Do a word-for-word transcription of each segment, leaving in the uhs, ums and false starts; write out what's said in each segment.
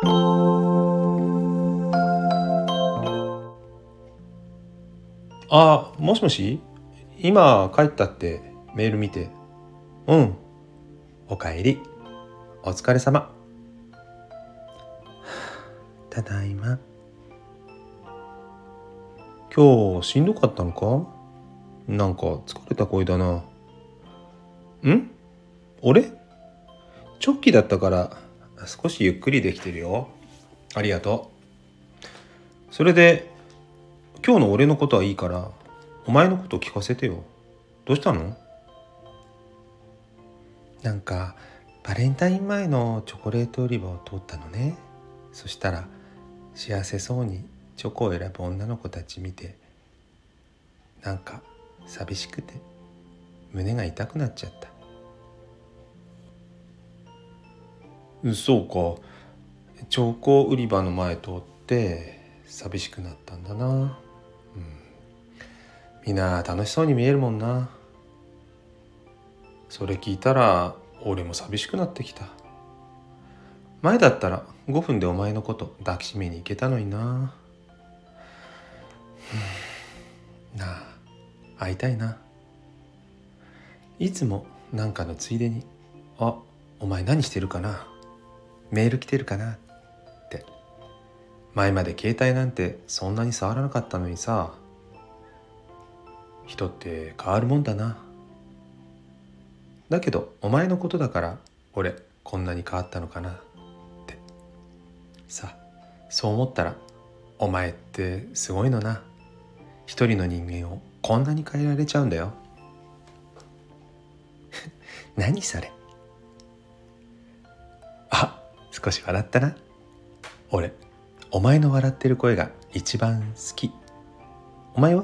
あ、もしもし、今帰ったってメール見て。うん、おかえり、お疲れ様。ただいま。今日しんどかったのか？なんか疲れた声だな。ん？俺？直帰だったから少しゆっくりできてるよ。ありがとう。それで今日の俺のことはいいから、お前のこと聞かせてよ。どうしたの？なんかバレンタイン前のチョコレート売り場を通ったのね。そしたら幸せそうにチョコを選ぶ女の子たち見て、なんか寂しくて胸が痛くなっちゃった。そうか、チョコ売り場の前通って寂しくなったんだな。うん、みんな楽しそうに見えるもんな。それ聞いたら俺も寂しくなってきた。前だったらごふんでお前のこと抱きしめに行けたのにな。なあ、会いたいな。いつもなんかのついでに、あ、お前何してるかな、メール来てるかなって。前まで携帯なんてそんなに触らなかったのにさ、人って変わるもんだな。だけどお前のことだから俺こんなに変わったのかなって。さ、そう思ったらお前ってすごいのな。一人の人間をこんなに変えられちゃうんだよ。何それ。あ、少し笑ったな。俺お前の笑ってる声が一番好き。お前は？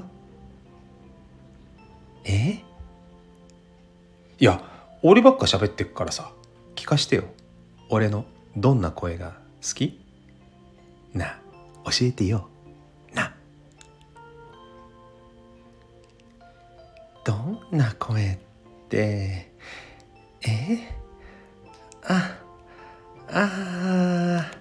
え？いや、俺ばっか喋ってっからさ、聞かしてよ。俺のどんな声が好き？なあ、教えてよ。な。どんな声って、え？あ、あ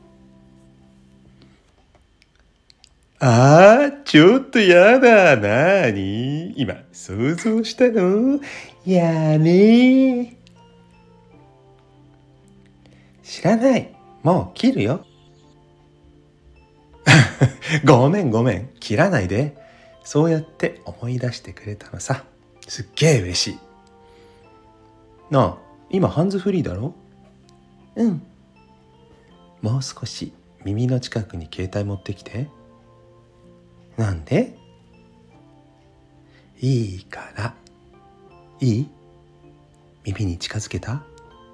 あ、あー、ちょっとやだ。なーに？今、想像したの？やね。知らない。もう切るよ。ごめんごめん。切らないで。そうやって思い出してくれたのさ。すっげえ嬉しい。なあ、今ハンズフリーだろ？うん。もう少し耳の近くに携帯持ってきて。なんで？いいから。いい？耳に近づけた？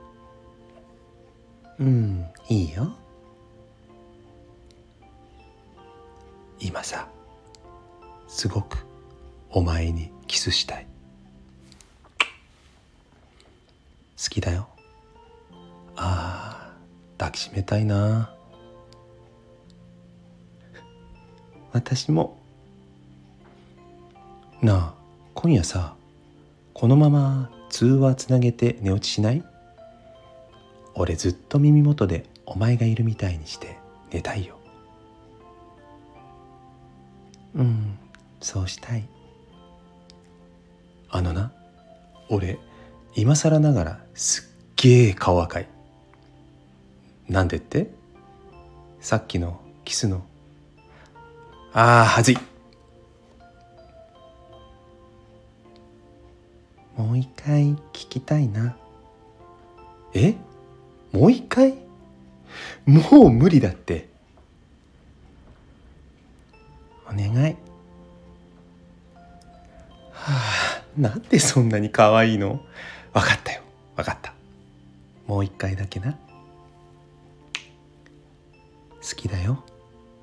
うん、いいよ。今さ、すごくお前にキスしたい。好きだよ。ああ、抱きしめたいな。私も。なあ、今夜さ、このまま通話つなげて寝落ちしない？俺ずっと耳元でお前がいるみたいにして寝たいよ。うん、そうしたい。あのな、俺今更ながらすっげえ顔赤い。なんでって？さっきのキスの。あー、はずい。もう一回聞きたいな。え？もう一回？もう無理だって。お願い。はあ、なんでそんなに可愛いの？わかったよ、わかった。もう一回だけな。好きだよ。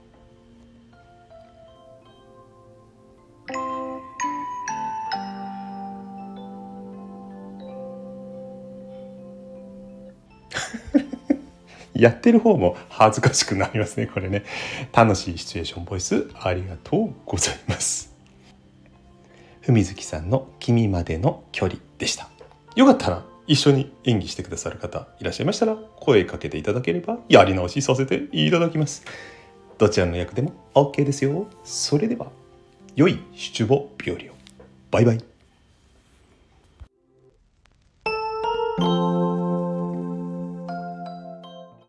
やってる方も恥ずかしくなりますね、これね。楽しいシチュエーションボイスありがとうございます。ふみずきさんの君までの距離でした。よかったら一緒に演技してくださる方いらっしゃいましたら声かけていただければやり直しさせていただきます。どちらの役でも OK ですよ。それでは良い出没日和を。バイバイ。